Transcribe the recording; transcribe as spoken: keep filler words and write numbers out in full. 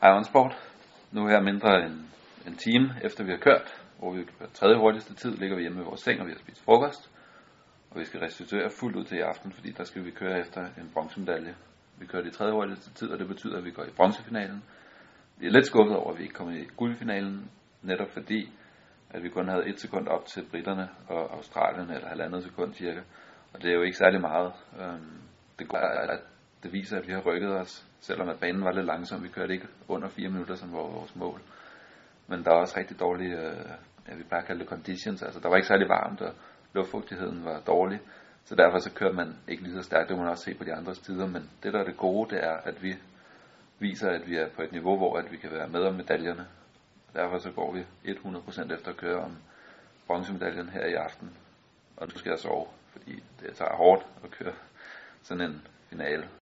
Ironsport. Nu her mindre end en time efter vi har kørt, hvor vi på tredje hurtigste tid ligger vi hjemme i vores seng, og vi har spist frokost. Og vi skal restituere fuldt ud til i aften, fordi der skal vi køre efter en bronzemedalje. Vi kører det tredje hurtigste tid, og det betyder, at vi går i bronzefinalen. Vi er lidt skuffet over, at vi ikke kommer i guldfinalen, netop fordi, at vi kun havde et sekund op til britterne og Australien, eller halvandet sekund cirka. Og det er jo ikke særlig meget. Det går, at det viser, at vi har rykket os, selvom at banen var lidt langsom. Vi kørte ikke under fire minutter, som var vores mål. Men der er også rigtig dårlige, ja, vi plejer at kalde det conditions. Altså, der var ikke særlig varmt, og luftfugtigheden var dårlig. Så derfor så kørte man ikke lige så stærkt. Det må man også se på de andres tider. Men det, der er det gode, det er, at vi viser, at vi er på et niveau, hvor at vi kan være med om medaljerne. Derfor så går vi hundrede procent efter at køre om bronzemedaljen her i aften. Og nu skal jeg sove, fordi det tager hårdt at køre sådan en finale.